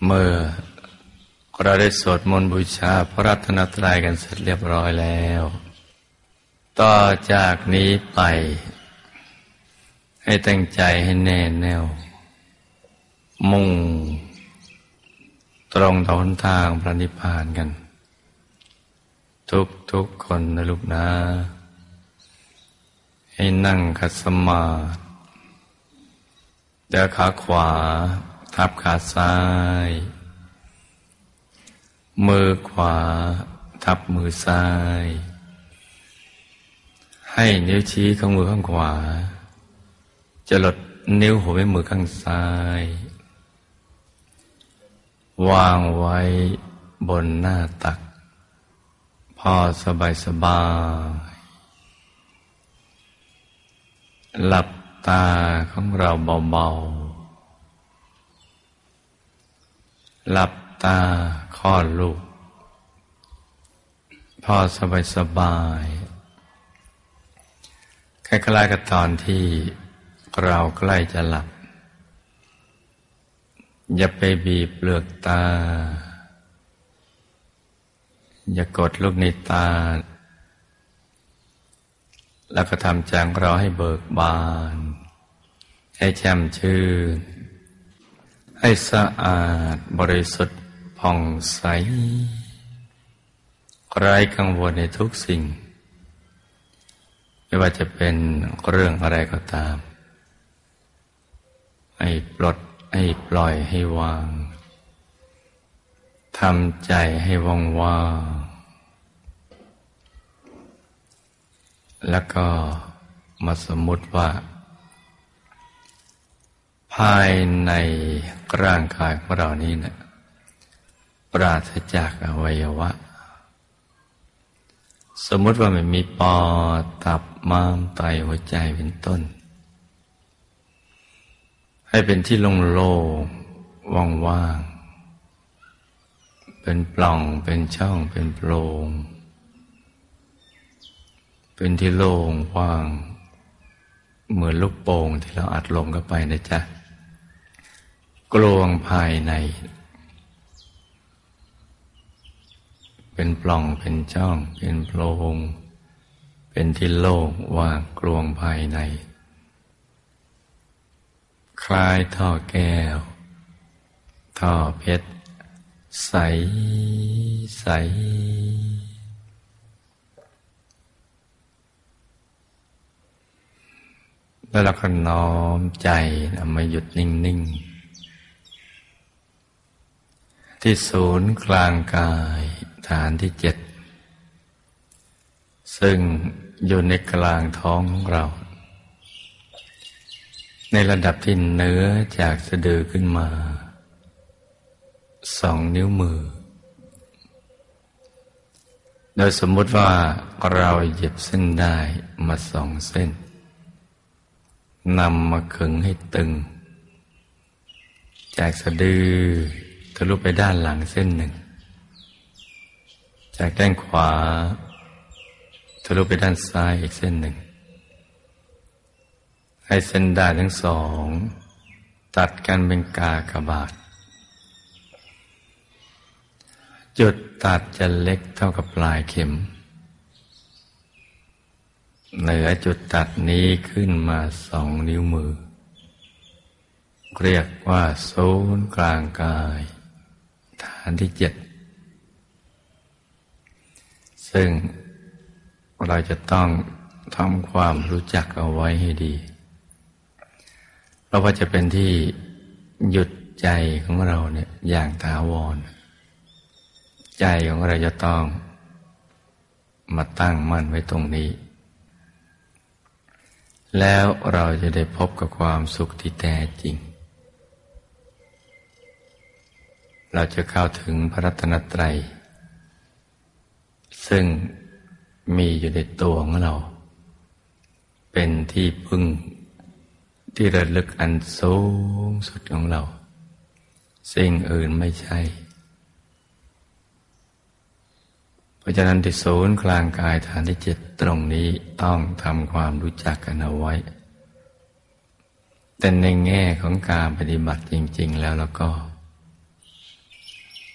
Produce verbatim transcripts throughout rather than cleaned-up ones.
เมื่อเราได้สวดมนต์บูชาพระรัตนตรัยกันเสร็จเรียบร้อยแล้วต่อจากนี้ไปให้ตั้งใจให้แน่แน่วมุ่งตรงต่อหนทางพระนิพพานกันทุกทุกคนนะลูกนะให้นั่งขัดสมาธิเดี๋ยวขาขวาทับขาซ้ายมือขวาทับมือซ้ายให้นิ้วชี้ของมือข้างขวาจะหลดนิ้วหัวแม่มือข้างซ้ายวางไว้บนหน้าตักพอสบายสบายหลับตาของเราเบาๆหลับตาคลอดลูกพอสบายสบายคล้ายๆกับตอนที่เราใกล้จะหลับอย่าไปบีบเปลือกตาอย่ากดลูกในตาแล้วก็ทำใจของเราให้เบิกบานให้แช่มชื่นให้สะอาดบริสุทธิ์ผ่องใสไร้กังวลในทุกสิ่งไม่ว่าจะเป็นเรื่องอะไรก็ตามให้ปลดให้ปล่อยให้วางทำใจให้ว่างว่างแล้วก็มาสมมุติว่าภายในร่างกายของเรานี้นะปราศจากอวัยวะสมมุติว่ามันมีปอดตับม้ามไตหัวใจเป็นต้นให้เป็นที่โล่งๆว่างๆเป็นปล่องเป็นช่องเป็นโพรงเป็นที่โล่งว่างเหมือนลูกโป่งที่เราอัดลมเข้าไปนะจ๊ะกลวงภายในเป็นปล่องเป็นช่องเป็นโพรงเป็นที่โล่งว่างกลวงภายในคล้ายท่อแก้วท่อเพชรใสใสแล้วเราก็น้อมใจมาหยุดนิ่งๆที่ศูนย์กลางกายฐานที่เจ็ดซึ่งอยู่ในกลางท้องของเราในระดับที่เหนือจากสะดือขึ้นมาสองนิ้วมือโดยสมมุติว่าเราเหยียบเส้นได้มาสองเส้นนำมาขึงให้ตึงจากสะดือทะลุไปด้านหลังเส้นหนึ่งจากด้านขวาทะลุไปด้านซ้ายอีกเส้นหนึ่งให้เส้นด้านทั้งสองตัดกันเป็นกากบาทจุดตัดจะเล็กเท่ากับปลายเข็มเหนือจุดตัดนี้ขึ้นมาสองนิ้วมือเรียกว่าศูนย์กลางกายฐานที่เจ็ดซึ่งเราจะต้องทำความรู้จักเอาไว้ให้ดีเพราะว่าจะเป็นที่หยุดใจของเราเนี่ยอย่างถาวรใจของเราจะต้องมาตั้งมั่นไว้ตรงนี้แล้วเราจะได้พบกับความสุขที่แท้จริงเราจะเข้าถึงพระรัตนตรัยซึ่งมีอยู่ในตัวของเราเป็นที่พึ่งที่ระลึกอันสูงสุดของเราสิ่งอื่นไม่ใช่เพราะฉะนั้นที่ศูนย์กลางกายฐานที่เจ็ดตรงนี้ต้องทำความรู้จักกันเอาไว้แต่ในแง่ของการปฏิบัติจริงๆแล้วแล้วก็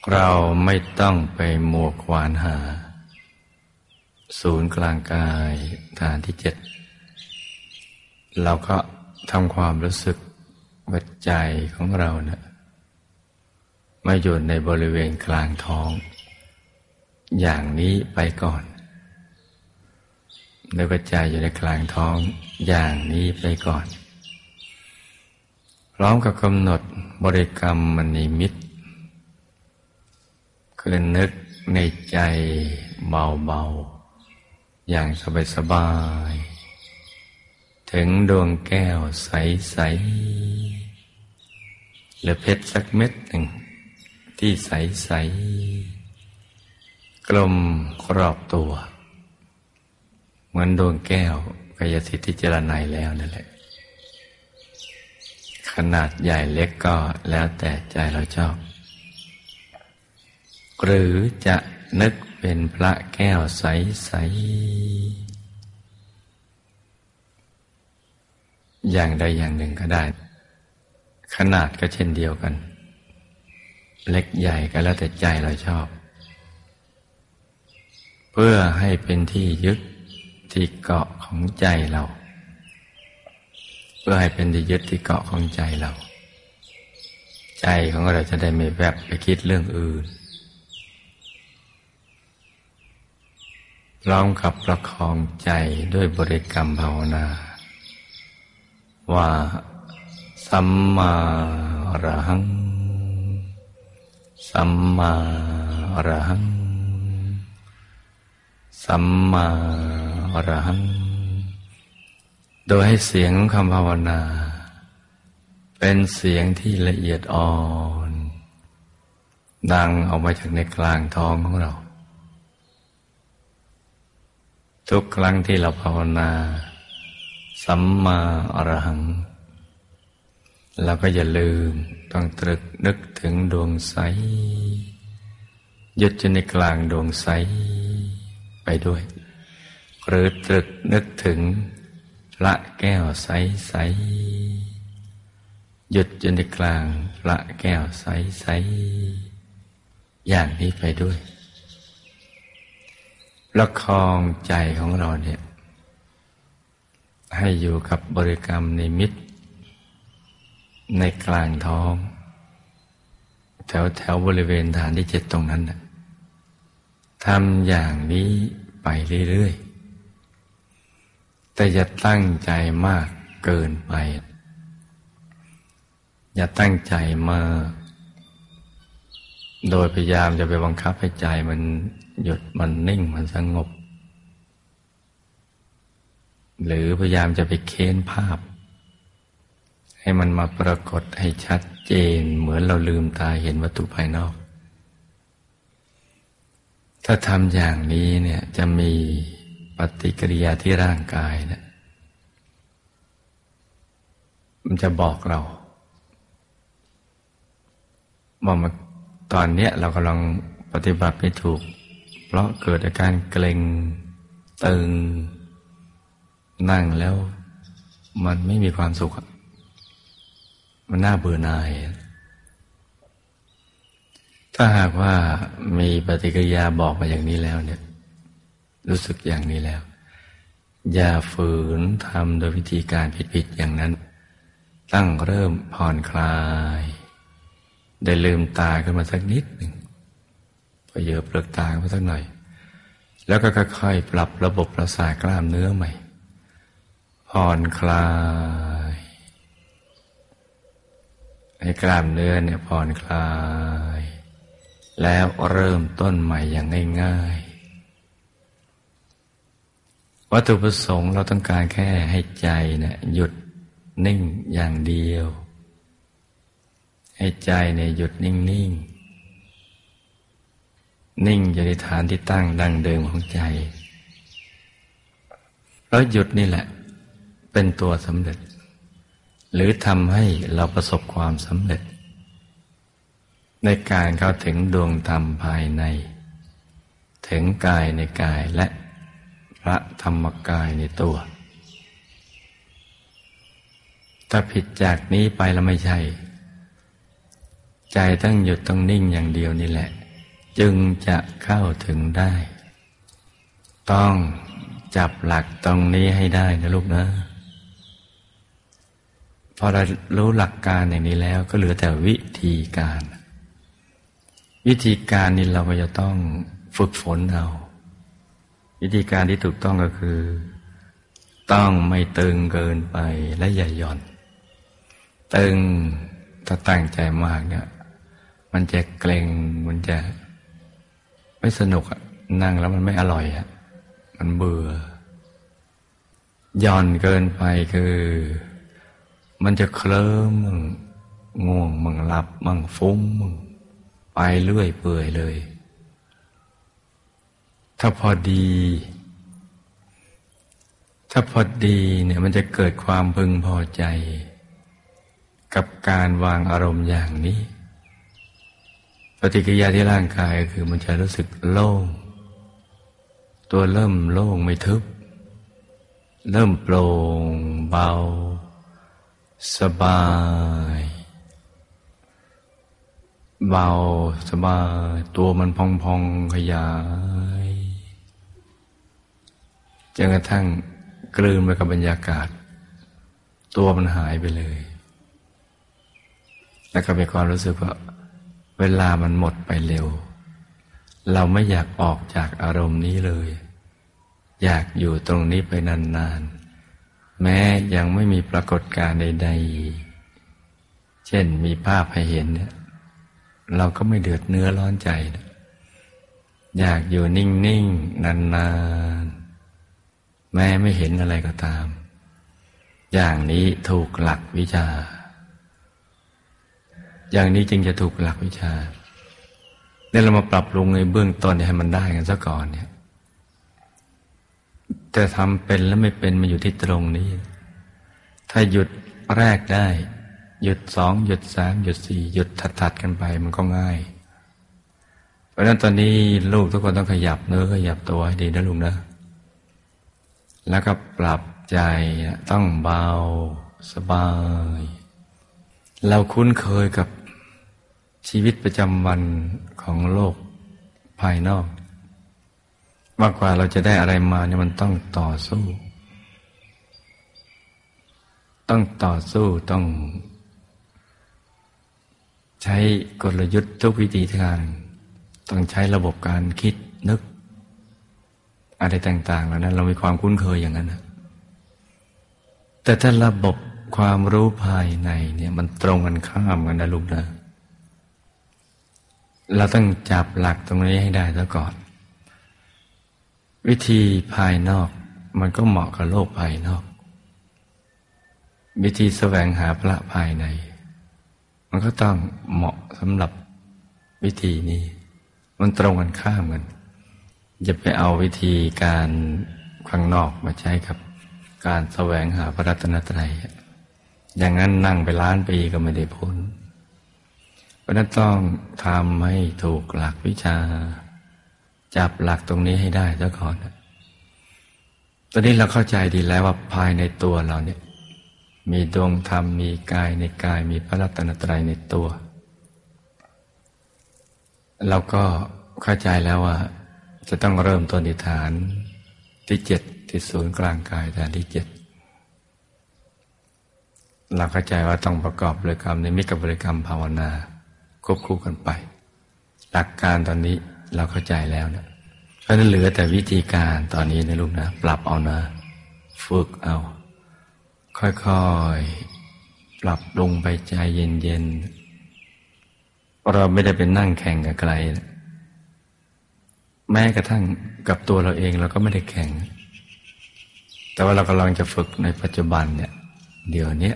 เราไม่ต้องไปมัวควานหาศูนย์กลางกายฐานที่เจ็ดเราก็ทำความรู้สึกว่าใจของเราเนี่ยมาอยู่ในบริเวณกลางท้องอย่างนี้ไปก่อนแล้วก็ใจอยู่ในกลางท้องอย่างนี้ไปก่อนพร้อมกับกำหนดบริกรรมมณีมิตรคือนึกในใจเบาๆอย่างสบายๆถึงดวงแก้วใสๆหรือเพชรสักเม็ดหนึ่งที่ใสๆกลมรอบตัวเหมือนดวงแก้วกายสิทธิเจรไนยแล้วนั่นแหละขนาดใหญ่เล็กก็แล้วแต่ใจเราชอบหรือจะนึกเป็นพระแก้วใสๆอย่างใดอย่างหนึ่งก็ได้ขนาดก็เช่นเดียวกันเล็กใหญ่ก็แล้วแต่ใจเราชอบเพื่อให้เป็นที่ยึดที่เกาะของใจเราเพื่อให้เป็นที่ยึดที่เกาะของใจเราใจของเราจะได้ไม่แวบไปคิดเรื่องอื่นพร้อมกับประคองใจด้วยบริกรรมภาวนาว่าสัมมาอรหังสัมมาอรหังสัมมาอรหังโดยให้เสียงของคำภาวนาเป็นเสียงที่ละเอียดอ่อนดังออกมาจากในกลางท้องของเราทุกครั้งที่เราภาวนาสัมมาอรหังเราก็อย่าลืมต้องตรึกนึกถึงดวงใสหยุดอยู่ในกลางดวงใสไปด้วยหรือตรึกนึกถึงพระแก้วใสๆหยุดอยู่ในกลางพระแก้วใสๆอย่างนี้ไปด้วยประคองใจของเราเนี่ยให้อยู่กับบริกรรมนิมิตในกลางท้องแถวแถวบริเวณฐานที่เจ็ดตรงนั้นนะทำอย่างนี้ไปเรื่อยๆแต่อย่าตั้งใจมากเกินไปอย่าตั้งใจมากโดยพยายามจะไปบังคับให้ใจมันหยุดมันนิ่งมันสงบหรือพยายามจะไปเค้นภาพให้มันมาปรากฏให้ชัดเจนเหมือนเราลืมตาเห็นวัตถุภายนอกถ้าทำอย่างนี้เนี่ยจะมีปฏิกิริยาที่ร่างกายนะมันจะบอกเราว่ามาตอนเนี้ยเรากำลังปฏิบัติไม่ถูกเพราะเกิดอาการเกร็งตึงนั่งแล้วมันไม่มีความสุขมันน่าเบื่อหน่ายถ้าหากว่ามีปฏิกิริยาบอกมาอย่างนี้แล้วเนี่ยรู้สึกอย่างนี้แล้วอย่าฝืนทำโดยวิธีการผิดๆอย่างนั้นตั้งเริ่มผ่อนคลายได้ลืมตาขึ้นมาสักนิดหนึ่งพอเยอะเปลือกตาขึ้นมาสักหน่อยแล้วก็ค่อยๆปรับระบบประสาทกล้ามเนื้อใหม่ผ่อนคลายให้กล้ามเนื้อเนี่ยผ่อนคลายแล้วเริ่มต้นใหม่อย่างง่ายๆวัตถุประสงค์เราต้องการแค่ให้ใจเนี่ยหยุดนิ่งอย่างเดียวให้ใจเนี่ยหยุดนิ่งๆ นิ่ง, นิ่งอยู่ในฐานที่ตั้งดั้งเดิมของใจแล้วหยุดนี่แหละเป็นตัวสำเร็จหรือทำให้เราประสบความสำเร็จในการเข้าถึงดวงธรรมภายในถึงกายในกายและพระธรรมกายในตัวถ้าผิดจากนี้ไปแล้วไม่ใช่ใจต้องหยุดต้องนิ่งอย่างเดียวนี่แหละจึงจะเข้าถึงได้ต้องจับหลักตรงนี้ให้ได้นะลูกนะพอเรารู้หลักการอย่างนี้แล้วก็เหลือแต่วิธีการวิธีการนี้เราก็จะต้องฝึกฝนเอาวิธีการที่ถูกต้องก็คือต้องไม่ตึงเกินไปและอย่าหย่อนตึงถ้าตั้งใจมากเนี่ยมันจะเกร็งมันจะไม่สนุกอะนั่งแล้วมันไม่อร่อยอะมันเบื่อหย่อนเกินไปคือมันจะเคลิ้มมึงง่วงมึงหลับมึงฟุ้งมึงไปเรื่อยเปื่อยเลยถ้าพอดีถ้าพอดีเนี่ยมันจะเกิดความพึงพอใจกับการวางอารมณ์อย่างนี้ปฏิกิริยาที่ร่างกายก็คือมันจะรู้สึกโล่งตัวเริ่มโล่งไม่ทึบเริ่มโปร่งเบาสบายเบาสบายตัวมันพองๆขยายจนกระทั่งกลืนไปกับบรรยากาศตัวมันหายไปเลยแล้วก็มีความรู้สึกว่าเวลามันหมดไปเร็วเราไม่อยากออกจากอารมณ์นี้เลยอยากอยู่ตรงนี้ไปนานๆแม้ยังไม่มีปรากฏการณ์ใดๆเช่นมีภาพให้เห็นเนี่ยเราก็ไม่เดือดเนื้อร้อนใจนะอยากอยู่นิ่งๆนานๆแม้ไม่เห็นอะไรก็ตามอย่างนี้ถูกหลักวิชาอย่างนี้จึงจะถูกหลักวิชาเนี่ยเรามาปรับปรุงในเบื้องต้นให้มันได้กันซะก่อนเนี่ยแต่ทำเป็นแล้วไม่เป็นมาอยู่ที่ตรงนี้ถ้าหยุดแรกได้หยุดสองหยุดสามหยุดสี่หยุดถัดๆกันไปมันก็ง่ายเพราะฉะนั้นตอนนี้ลูกทุกคนต้องขยับเนื้อขยับตัวให้ดีนะลูกนะแล้วก็ปรับใจต้องเบาสบายเราคุ้นเคยกับชีวิตประจำวันของโลกภายนอกมากกว่าเราจะได้อะไรมาเนี่ยมันต้องต่อสู้ต้องต่อสู้ต้องใช้กลยุทธ์ทุกวิธีทางต้องใช้ระบบการคิดนึกอะไรต่างๆเหล่านั้นเรามีความคุ้นเคยอย่างนั้นนะแต่ถ้าระบบความรู้ภายในเนี่ยมันตรงกันข้ามกันนะลูกนะเราต้องจับหลักตรงนี้ให้ได้ซะก่อนวิธีภายนอกมันก็เหมาะกับโลกภายนอกวิธีแสวงหาพระภายในมันก็ต้องเหมาะสำหรับวิธีนี้มันตรงกันข้ามกันอย่าไปเอาวิธีการข้างนอกมาใช้กับการแสวงหาพระรัตนตรัยอย่างนั้นนั่งไปล้านปีก็ไม่ได้พ้นเพราะนั้นต้องทำให้ถูกหลักวิชาจับหลักตรงนี้ให้ได้ซะก่อนตอนนี้เราเข้าใจดีแล้วว่าภายในตัวเราเนี่ยมีดวงธรรมมีกายในกายมีพระรัตนตรัยในตัวเราก็เข้าใจแล้วว่าจะต้องเริ่มต้นที่ฐานที่เจ็ดที่ศูนย์กลางกายฐานที่เจ็ดเราเข้าใจว่าต้องประกอบบริกรรมนิมิตกับบริกรรมภาวนาควบคู่กันไปหลักการตอนนี้เราเข้าใจแล้วนะเพราะนั้นเหลือแต่วิธีการตอนนี้นะลูกนะปรับเอานะฝึกเอาค่อยๆปรับลงไปใจเย็นๆเราไม่ได้เป็นนั่งแข่งกับใครแม้กระทั่งกับตัวเราเองเราก็ไม่ได้แข่งแต่ว่าเรากำลังจะฝึกในปัจจุบันเนี่ยเดี๋ยวนี้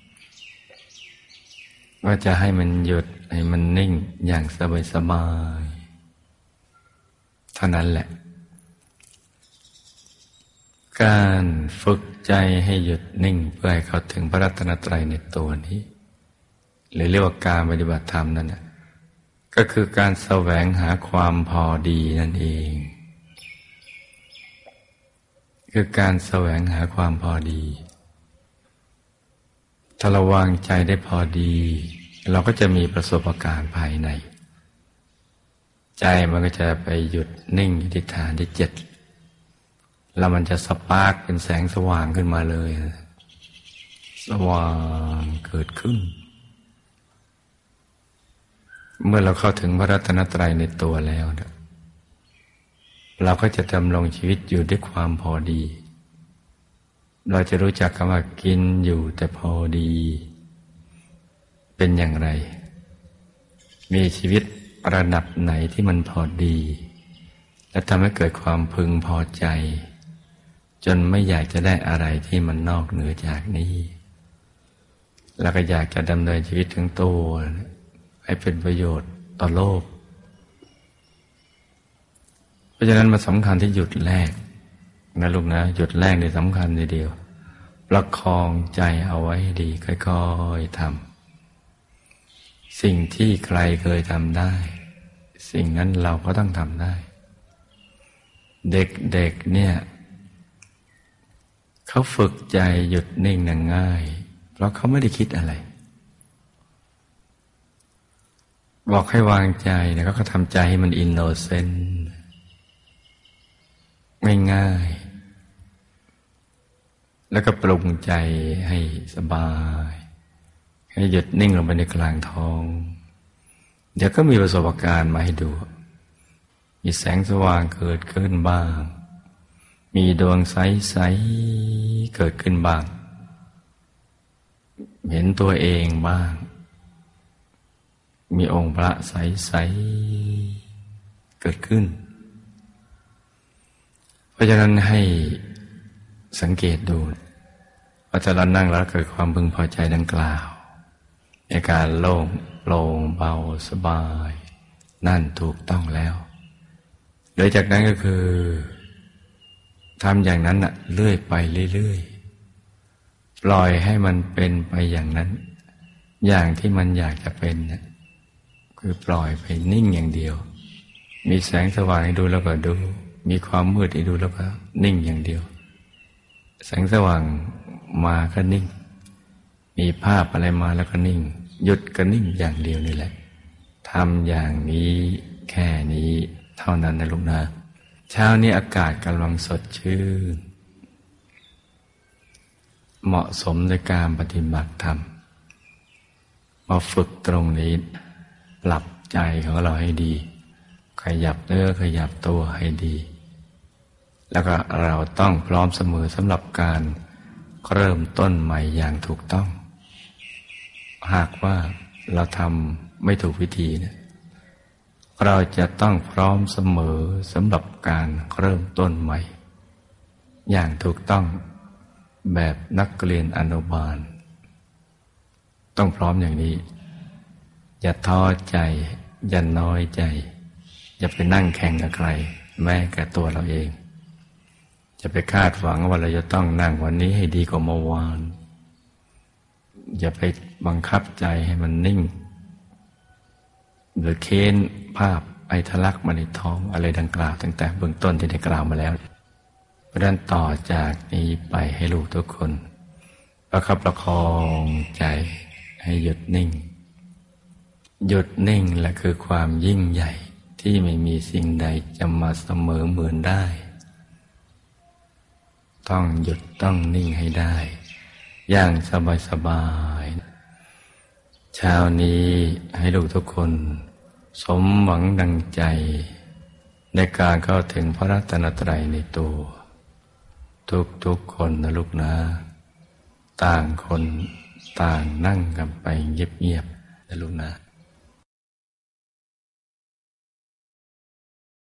ว่าจะให้มันหยุดให้มันนิ่งอย่างสบายๆเท่านั้นแหละการฝึกใจให้หยุดนิ่งเพื่อให้เข้าถึงพระรัตนตรัยในตัวนี้หรือเรียกว่าการปฏิบัติธรรมนั่นนะก็คือการแสวงหาความพอดีนั่นเองคือการแสวงหาความพอดีถ้าเราวางใจได้พอดีเราก็จะมีประสบการณ์ภายในใจมันก็จะไปหยุดนิ่งที่ฐานที่เจ็ดแล้วมันจะสปาร์กเป็นแสงสว่างขึ้นมาเลยสว่างเกิดขึ้นเมื่อเราเข้าถึงพระรัตนตรัยในตัวแล้วเราก็จะดำรงชีวิตอยู่ด้วยความพอดีเราจะรู้จักคำว่ากินอยู่แต่พอดีเป็นอย่างไรมีชีวิตระดับไหนที่มันพอดีและทำให้เกิดความพึงพอใจจนไม่อยากจะได้อะไรที่มันนอกเหนือจากนี้แล้วก็อยากจะดำเนินชีวิตทั้งตัวให้เป็นประโยชน์ต่อโลกเพราะฉะนั้นมันสำคัญที่หยุดแรกนะลูกนะหยุดแรกนี่สำคัญทีเดียวประคองใจเอาไว้ดีค่อยๆทำสิ่งที่ใครเคยทำได้สิ่งนั้นเราก็ต้องทำได้เด็กๆเนี่ยเขาฝึกใจหยุดนิ่งนั่งง่ายเพราะเขาไม่ได้คิดอะไรบอกให้วางใจเนี่ยเขาก็ทำใจให้มันอินโนเซนต์ง่ายๆแล้วก็ปรุงใจให้สบายให้หยุดนิ่งลงไปในกลางท้องเดี๋ยวก็มีประสบการณ์มาให้ดูมีแสงสว่างเกิดขึ้นบ้างมีดวงใสๆเกิดขึ้นบ้างเห็นตัวเองบ้างมีองค์พระใสๆเกิดขึ้นเพราะฉะนั้นให้สังเกตดูว่าถ้าเรานั่งแล้วเกิดความพึงพอใจดังกล่าวในการโล่งโปร่งเบาสบายนั่นถูกต้องแล้วโดยจากนั้นก็คือทำอย่างนั้นน่ะเรื่อยไปเรื่อยๆปล่อยให้มันเป็นไปอย่างนั้นอย่างที่มันอยากจะเป็นนะคือปล่อยไปนิ่งอย่างเดียวมีแสงสว่างให้ดูแล้วก็ดูมีความมืดให้ดูแล้วก็นิ่งอย่างเดียวแสงสว่างมาก็นิ่งมีภาพอะไรมาแล้วก็นิ่งหยุดก็นิ่งอย่างเดียวนี่แหละทำอย่างนี้แค่นี้เท่านั้นนะลูกนะเช้านี้อากาศกำลังสดชื่นเหมาะสมในการปฏิบัติธรรมมาฝึกตรงนี้ปรับใจของเราให้ดีขยับเนื้อขยับตัวให้ดีแล้วก็เราต้องพร้อมเสมอสำหรับการเริ่มต้นใหม่อย่างถูกต้องหากว่าเราทำไม่ถูกวิธีเนี่ยเราจะต้องพร้อมเสมอสำหรับการเริ่มต้นใหม่อย่างถูกต้องแบบนักเรียนอนุบาลต้องพร้อมอย่างนี้อย่าท้อใจอย่าน้อยใจอย่าไปนั่งแข่งกับใครแม้แต่ตัวเราเองจะไปคาดหวังว่าเราจะต้องนั่งวันนี้ให้ดีกว่าเมื่อวานอย่าไปบังคับใจให้มันนิ่งหรือเค้นภาพไอทะลักมาในท้องอะไรดังกล่าวตั้งแต่เบื้องต้นที่ได้กล่าวมาแล้วเพราะฉะนั้นต่อจากนี้ไปให้ลูกทุกคนประคับประคองใจให้หยุดนิ่งหยุดนิ่งแหละคือความยิ่งใหญ่ที่ไม่มีสิ่งใดจะมาเสมอเหมือนได้ต้องหยุดต้องนิ่งให้ได้อย่างสบายๆเช้านี้ให้ลูกทุกคนสมหวังดังใจในการเข้าถึงพระรัตนตรัยในตัวทุกๆคนนะลูกนะต่างคนต่างนั่งกันไปเงียบๆนะลูกนะ